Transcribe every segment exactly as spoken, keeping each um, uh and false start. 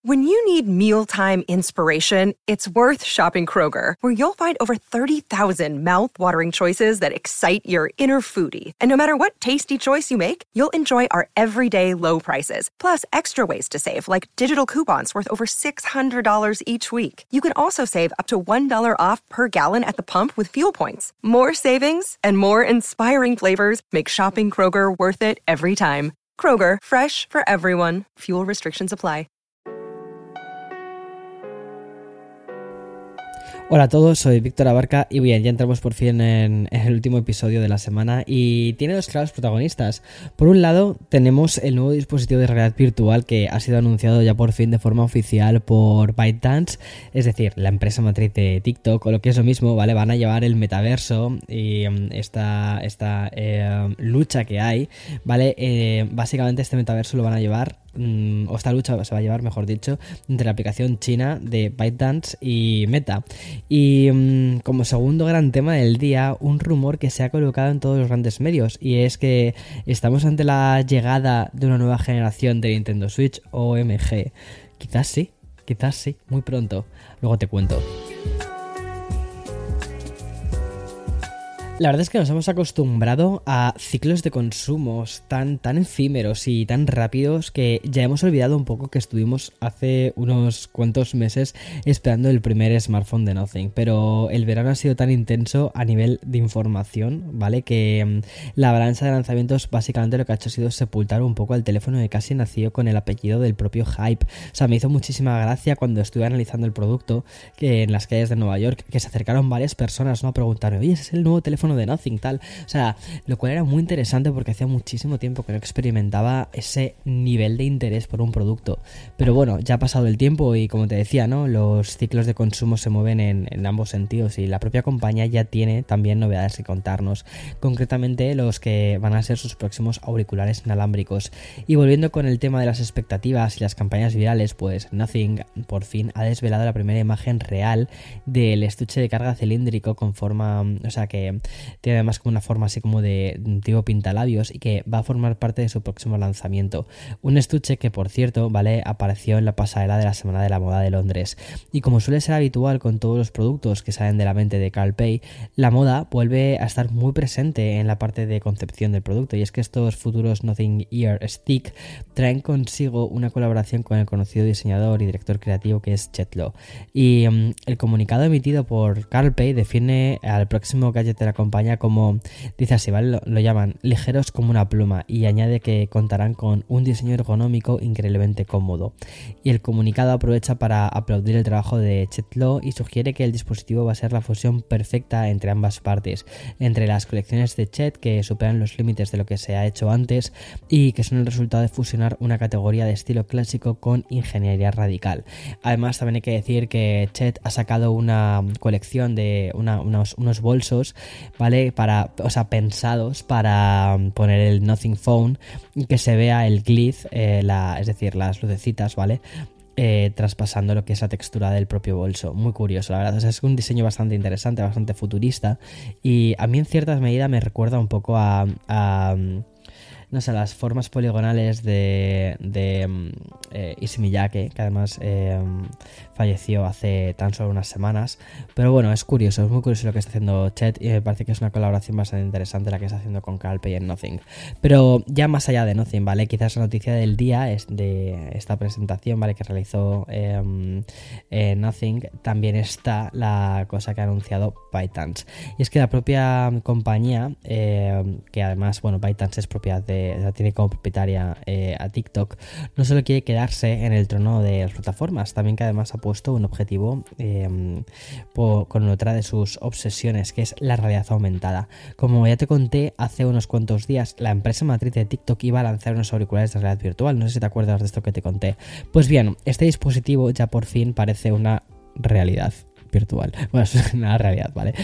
When you need mealtime inspiration, it's worth shopping Kroger, where you'll find over thirty thousand mouth-watering choices that excite your inner foodie. And no matter what tasty choice you make, you'll enjoy our everyday low prices, plus extra ways to save, like digital coupons worth over six hundred dollars each week. You can also save up to one dollar off per gallon at the pump with fuel points. More savings and more inspiring flavors make shopping Kroger worth it every time. Kroger, fresh for everyone. Fuel restrictions apply. Hola a todos, soy Víctor Abarca y bien, ya entramos por fin en, en el último episodio de la semana y tiene dos claros protagonistas. Por un lado tenemos el nuevo dispositivo de realidad virtual que ha sido anunciado ya por fin de forma oficial por ByteDance, es decir, la empresa matriz de TikTok, o lo que es lo mismo, ¿vale? Van a llevar el metaverso y um, esta, esta eh, lucha que hay, ¿vale? Eh, básicamente este metaverso lo van a llevar o esta lucha se va a llevar, mejor dicho, entre la aplicación china de ByteDance y Meta. Y um, como segundo gran tema del día, un rumor que se ha colocado en todos los grandes medios, y es que estamos ante la llegada de una nueva generación de Nintendo Switch O M G. Quizás sí, quizás sí, muy pronto. Luego te cuento. La verdad es que nos hemos acostumbrado a ciclos de consumos tan, tan efímeros y tan rápidos que ya hemos olvidado un poco que estuvimos hace unos cuantos meses esperando el primer smartphone de Nothing. Pero el verano ha sido tan intenso a nivel de información, ¿vale? Que um, la avalancha de lanzamientos básicamente lo que ha hecho ha sido sepultar un poco al teléfono que casi nació con el apellido del propio hype. O sea, me hizo muchísima gracia cuando estuve analizando el producto que en las calles de Nueva York, que se acercaron varias personas, ¿no?, a preguntarme, oye, ¿ese es el nuevo teléfono de Nothing, tal? O sea, lo cual era muy interesante porque hacía muchísimo tiempo que no experimentaba ese nivel de interés por un producto. Pero bueno, ya ha pasado el tiempo y como te decía, ¿no?, los ciclos de consumo se mueven en, en ambos sentidos y la propia compañía ya tiene también novedades que contarnos, concretamente los que van a ser sus próximos auriculares inalámbricos. Y volviendo con el tema de las expectativas y las campañas virales, pues Nothing por fin ha desvelado la primera imagen real del estuche de carga cilíndrico con forma, o sea que tiene además como una forma así como de tipo pintalabios y que va a formar parte de su próximo lanzamiento. Un estuche que, por cierto, ¿vale?, apareció en la pasarela de la Semana de la Moda de Londres. Y como suele ser habitual con todos los productos que salen de la mente de Carl Pei, la moda vuelve a estar muy presente en la parte de concepción del producto, y es que estos futuros Nothing Ear Stick traen consigo una colaboración con el conocido diseñador y director creativo que es Chet Lo. Y um, el comunicado emitido por Carl Pei define al próximo gadget de la compañía como, dice así, ¿vale? Lo, lo llaman ligeros como una pluma, y añade que contarán con un diseño ergonómico increíblemente cómodo. Y el comunicado aprovecha para aplaudir el trabajo de Chet Lo y sugiere que el dispositivo va a ser la fusión perfecta entre ambas partes, entre las colecciones de Chet, que superan los límites de lo que se ha hecho antes y que son el resultado de fusionar una categoría de estilo clásico con ingeniería radical. Además, también hay que decir que Chet ha sacado una colección de una, unos, unos bolsos, ¿vale?, para, o sea, pensados para poner el Nothing Phone y que se vea el glitz, eh, la, es decir, las lucecitas, ¿vale?, Eh, traspasando lo que es la textura del propio bolso. Muy curioso, la verdad. O sea, es un diseño bastante interesante, bastante futurista, y a mí en cierta medida me recuerda un poco a, a no sé, las formas poligonales de, de eh, Issey Miyake, que además eh, falleció hace tan solo unas semanas. Pero bueno, es curioso, es muy curioso lo que está haciendo Chet, y me parece que es una colaboración bastante interesante la que está haciendo con Carl Pei en Nothing. Pero ya más allá de Nothing, ¿vale? Quizás la noticia del día es de esta presentación, ¿vale?, que realizó eh, eh, Nothing. También está la cosa que ha anunciado ByteDance, y es que la propia compañía, eh, que además, bueno, ByteDance es propiedad de la tiene como propietaria eh, a TikTok, no solo quiere quedarse en el trono de las plataformas, también que además ha puesto un objetivo eh, po, con otra de sus obsesiones, que es la realidad aumentada. Como ya te conté hace unos cuantos días, la empresa matriz de TikTok iba a lanzar unos auriculares de realidad virtual, no sé si te acuerdas de esto que te conté. Pues bien, este dispositivo ya por fin parece una realidad. virtual. Bueno, es una realidad, ¿vale?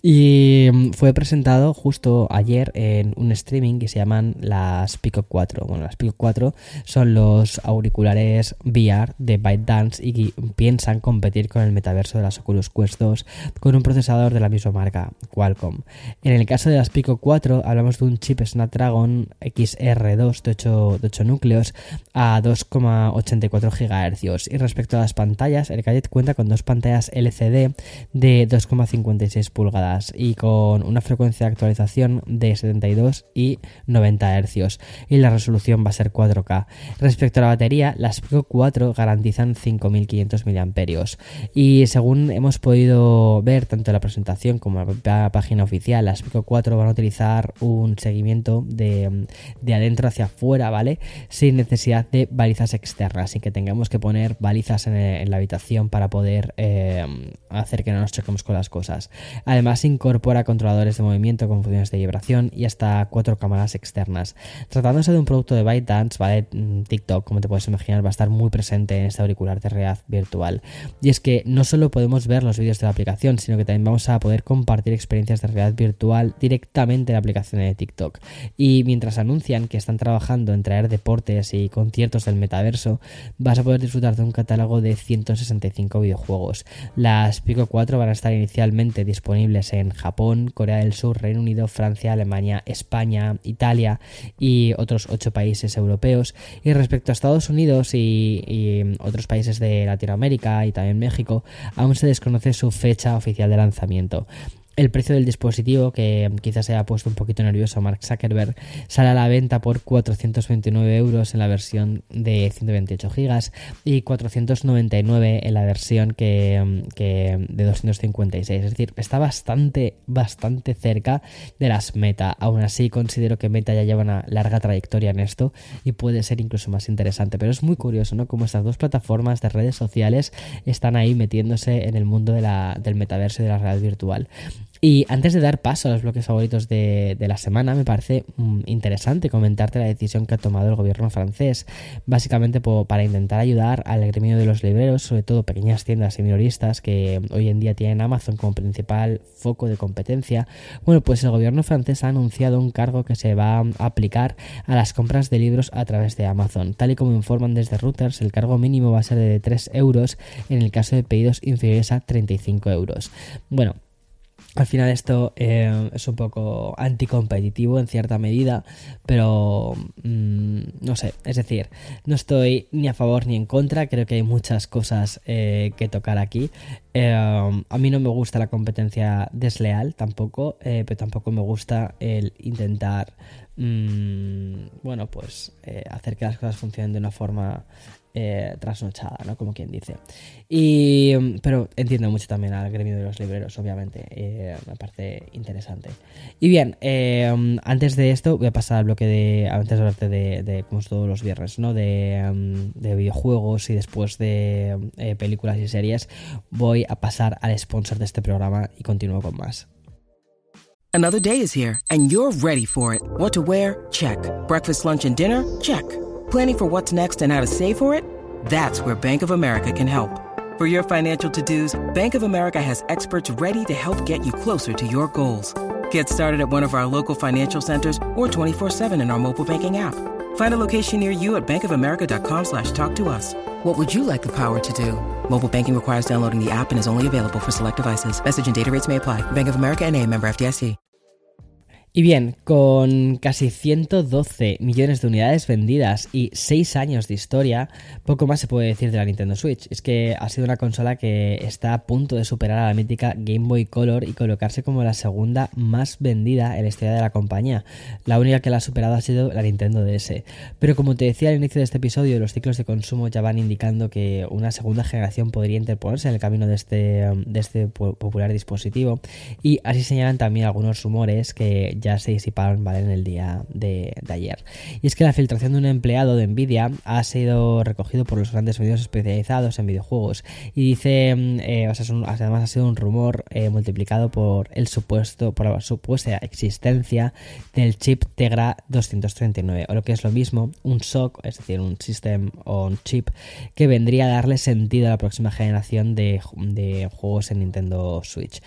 Y fue presentado justo ayer en un streaming que se llaman las Pico cuatro. Bueno, las Pico cuatro son los auriculares V R de ByteDance y piensan competir con el metaverso de las Oculus Quest dos con un procesador de la misma marca, Qualcomm. En el caso de las Pico cuatro hablamos de un chip Snapdragon X R dos de ocho, de ocho núcleos a dos coma ochenta y cuatro gigahercios. Y respecto a las pantallas, el gadget cuenta con dos pantallas L C D de dos coma cincuenta y seis pulgadas y con una frecuencia de actualización de setenta y dos y noventa hercios, y la resolución va a ser cuatro K. Respecto a la batería, las Pico cuatro garantizan cinco mil quinientos miliamperios y según hemos podido ver tanto en la presentación como en la página oficial, las Pico cuatro van a utilizar un seguimiento de, de adentro hacia afuera, ¿vale? Sin necesidad de balizas externas, sin que tengamos que poner balizas en, en la habitación para poder eh, hacer que no nos choquemos con las cosas. Además incorpora controladores de movimiento con funciones de vibración y hasta cuatro cámaras externas. Tratándose de un producto de ByteDance, ¿vale? TikTok, como te puedes imaginar, va a estar muy presente en este auricular de realidad virtual. Y es que no solo podemos ver los vídeos de la aplicación, sino que también vamos a poder compartir experiencias de realidad virtual directamente en la aplicación de TikTok. Y mientras anuncian que están trabajando en traer deportes y conciertos del metaverso, vas a poder disfrutar de un catálogo de ciento sesenta y cinco videojuegos. Las Pico cuatro van a estar inicialmente disponibles en Japón, Corea del Sur, Reino Unido, Francia, Alemania, España, Italia y otros ocho países europeos. Y respecto a Estados Unidos y, y otros países de Latinoamérica y también México, aún se desconoce su fecha oficial de lanzamiento. El precio del dispositivo, que quizás haya puesto un poquito nervioso a Mark Zuckerberg, sale a la venta por cuatrocientos veintinueve euros en la versión de ciento veintiocho gigas y cuatrocientos noventa y nueve en la versión que, que de doscientos cincuenta y seis. Es decir, está bastante, bastante cerca de las Meta. Aún así, considero que Meta ya lleva una larga trayectoria en esto y puede ser incluso más interesante. Pero es muy curioso, ¿no? Cómo estas dos plataformas de redes sociales están ahí metiéndose en el mundo de la, del metaverso y de la realidad virtual. Y antes de dar paso a los bloques favoritos de, de la semana, me parece mm, interesante comentarte la decisión que ha tomado el gobierno francés, básicamente por, para intentar ayudar al gremio de los libreros, sobre todo pequeñas tiendas y minoristas que hoy en día tienen Amazon como principal foco de competencia. Bueno, pues el gobierno francés ha anunciado un cargo que se va a aplicar a las compras de libros a través de Amazon. Tal y como informan desde Reuters, el cargo mínimo va a ser de tres euros en el caso de pedidos inferiores a treinta y cinco euros. Bueno, al final esto eh, es un poco anticompetitivo en cierta medida, pero mmm, no sé, es decir, no estoy ni a favor ni en contra, creo que hay muchas cosas eh, que tocar aquí. Eh, a mí no me gusta la competencia desleal tampoco, eh, pero tampoco me gusta el intentar, mmm, bueno, pues eh, hacer que las cosas funcionen de una forma Eh, trasnochada, ¿no? Como quien dice. Y, pero entiendo mucho también al gremio de los libreros, obviamente. Eh, me parece interesante. Y bien, eh, antes de esto voy a pasar al bloque de... Antes de hablarte de, de como es todos los viernes, ¿no? De, um, de videojuegos y después de eh, películas y series, voy a pasar al sponsor de este programa y continúo con más. Another day is here and you're ready for it. What to wear? Check. Breakfast, lunch, and dinner? Check. Planning for what's next and how to save for it? That's where Bank of America can help. For your financial to-dos, Bank of America has experts ready to help get you closer to your goals. Get started at one of our local financial centers or twenty-four seven in our mobile banking app. Find a location near you at bankofamerica.com slash talk to us. What would you like the power to do? Mobile banking requires downloading the app and is only available for select devices. Message and data rates may apply. Bank of America N A, member F D I C. Y bien, con casi ciento doce millones de unidades vendidas y seis años de historia, poco más se puede decir de la Nintendo Switch. Es que ha sido una consola que está a punto de superar a la mítica Game Boy Color y colocarse como la segunda más vendida en la historia de la compañía. La única que la ha superado ha sido la Nintendo D S. Pero como te decía al inicio de este episodio, los ciclos de consumo ya van indicando que una segunda generación podría interponerse en el camino de este, de este popular dispositivo, y así señalan también algunos rumores que ya ya se disiparon, ¿vale?, en el día de, de ayer. Y es que la filtración de un empleado de Nvidia ha sido recogido por los grandes medios especializados en videojuegos y dice, eh, o sea, es un, además ha sido un rumor eh, multiplicado por el supuesto, por la supuesta existencia del chip Tegra doscientos treinta y nueve, o lo que es lo mismo, un S O C, es decir, un System on Chip, que vendría a darle sentido a la próxima generación de, de juegos en Nintendo Switch.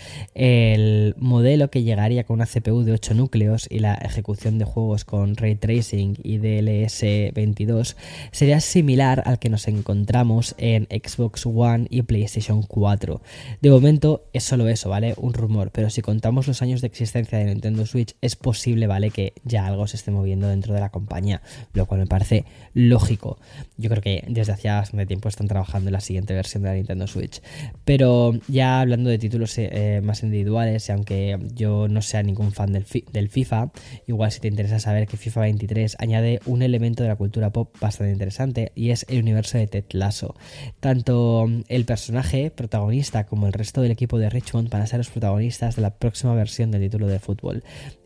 El modelo, que llegaría con una C P U de ocho núcleos y la ejecución de juegos con Ray Tracing y D L S veintidós, sería similar al que nos encontramos en Xbox One y PlayStation cuatro. De momento es solo eso, ¿vale? Un rumor, pero si contamos los años de existencia de Nintendo Switch, es posible, ¿vale?, que ya algo se esté moviendo dentro de la compañía, lo cual me parece lógico. Yo creo que desde hacía bastante tiempo están trabajando en la siguiente versión de la Nintendo Switch. Pero ya hablando de títulos eh, más individuales, y aunque yo no sea ningún fan del, fi- del FIFA, igual si te interesa saber que FIFA veintitrés añade un elemento de la cultura pop bastante interesante, y es el universo de Ted Lasso. Tanto el personaje protagonista como el resto del equipo de Richmond van a ser los protagonistas de la próxima versión del título de fútbol,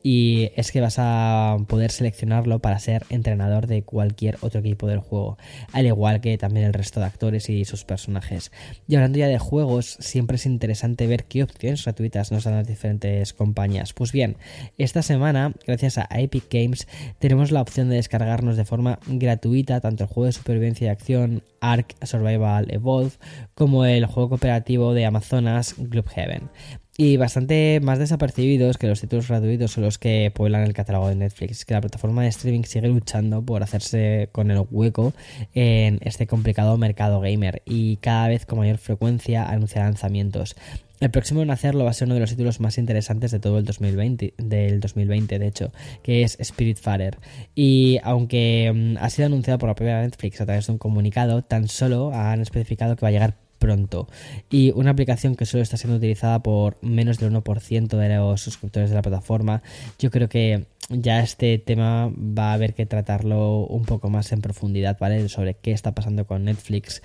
y es que vas a poder seleccionarlo para ser entrenador de cualquier otro equipo del juego, al igual que también el resto de actores y sus personajes. Y hablando ya de juegos, siempre es interesante ver qué opciones gratuitas nos dan las diferentes compañías. Pues bien, esta semana, gracias a Epic Games, tenemos la opción de descargarnos de forma gratuita tanto el juego de supervivencia y acción Ark Survival Evolved como el juego cooperativo de Amazonas Gloomhaven. Y bastante más desapercibidos que los títulos gratuitos son los que pueblan el catálogo de Netflix, que la plataforma de streaming sigue luchando por hacerse con el hueco en este complicado mercado gamer y cada vez con mayor frecuencia anuncia lanzamientos. El próximo en hacerlo va a ser uno de los títulos más interesantes de todo el dos mil veinte, del dos mil veinte de hecho, que es Spiritfarer. Y aunque um, ha sido anunciado por la propia Netflix a través de un comunicado, tan solo han especificado que va a llegar pronto, y una aplicación que solo está siendo utilizada por menos del uno por ciento de los suscriptores de la plataforma. Yo creo que ya este tema va a haber que tratarlo un poco más en profundidad, ¿vale?, sobre qué está pasando con Netflix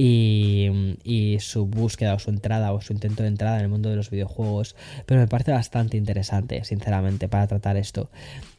y, y su búsqueda o su entrada o su intento de entrada en el mundo de los videojuegos, pero me parece bastante interesante, sinceramente, para tratar esto.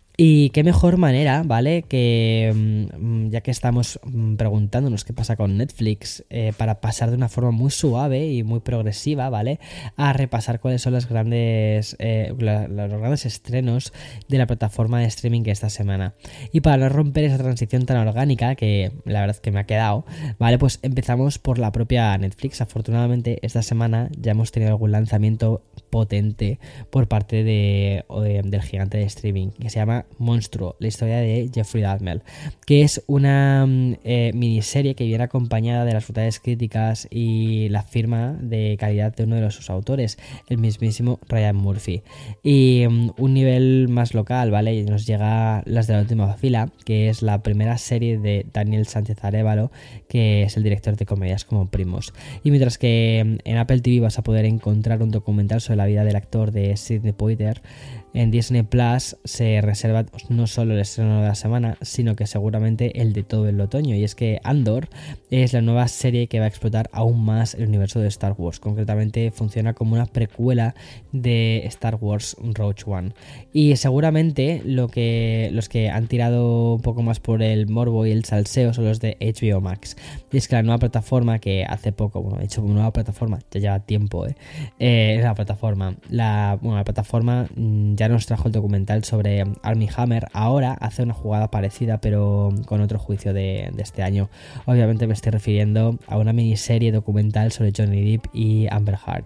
Y qué mejor manera, ¿vale?, que ya que estamos preguntándonos qué pasa con Netflix, eh, para pasar de una forma muy suave y muy progresiva, ¿vale?, a repasar cuáles son los grandes, eh, la, los grandes estrenos de la plataforma de streaming esta semana. Y para no romper esa transición tan orgánica, que la verdad es que me ha quedado, ¿vale?, pues empezamos por la propia Netflix. Afortunadamente esta semana ya hemos tenido algún lanzamiento potente por parte de, de, del gigante de streaming, que se llama Monstruo, la historia de Jeffrey Dahmer, que es una eh, miniserie que viene acompañada de las brutales críticas y la firma de calidad de uno de los sus autores, el mismísimo Ryan Murphy. Y um, un nivel más local, ¿vale?, y nos llega Las de la última fila, que es la primera serie de Daniel Sánchez Arévalo, que es el director de comedias como Primos. Y mientras que en Apple T V vas a poder encontrar un documental sobre la vida del actor de Sidney Poitier, en Disney Plus se reserva no solo el estreno de la semana, sino que seguramente el de todo el otoño, y es que Andor es la nueva serie que va a explotar aún más el universo de Star Wars. Concretamente funciona como una precuela de Star Wars Rogue One, y seguramente lo que, los que han tirado un poco más por el morbo y el salseo son los de H B O Max, y es que la nueva plataforma que hace poco, bueno, de hecho nueva plataforma, ya lleva tiempo, eh, eh la plataforma, la, bueno, la plataforma ya nos trajo el documental sobre Armie Hammer. Ahora hace una jugada parecida, pero con otro juicio de, de este año. Obviamente me estoy refiriendo a una miniserie documental sobre Johnny Depp y Amber Heard.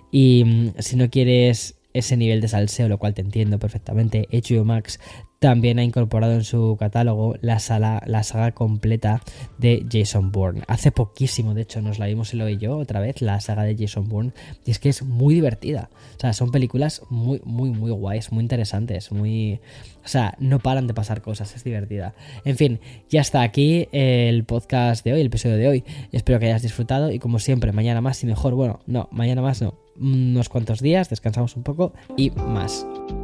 Y si no quieres ese nivel de salseo, lo cual te entiendo perfectamente, H B O Max también ha incorporado en su catálogo la, sala, la saga completa de Jason Bourne. Hace poquísimo, de hecho, nos la vimos Elo y yo otra vez, la saga de Jason Bourne, y es que es muy divertida. O sea, son películas muy, muy, muy guays, muy interesantes, muy... O sea, no paran de pasar cosas, es divertida. En fin, ya está aquí el podcast de hoy, el episodio de hoy. Espero que hayas disfrutado y como siempre, mañana más y mejor. Bueno, no, mañana más no. Unos cuantos días, descansamos un poco y más.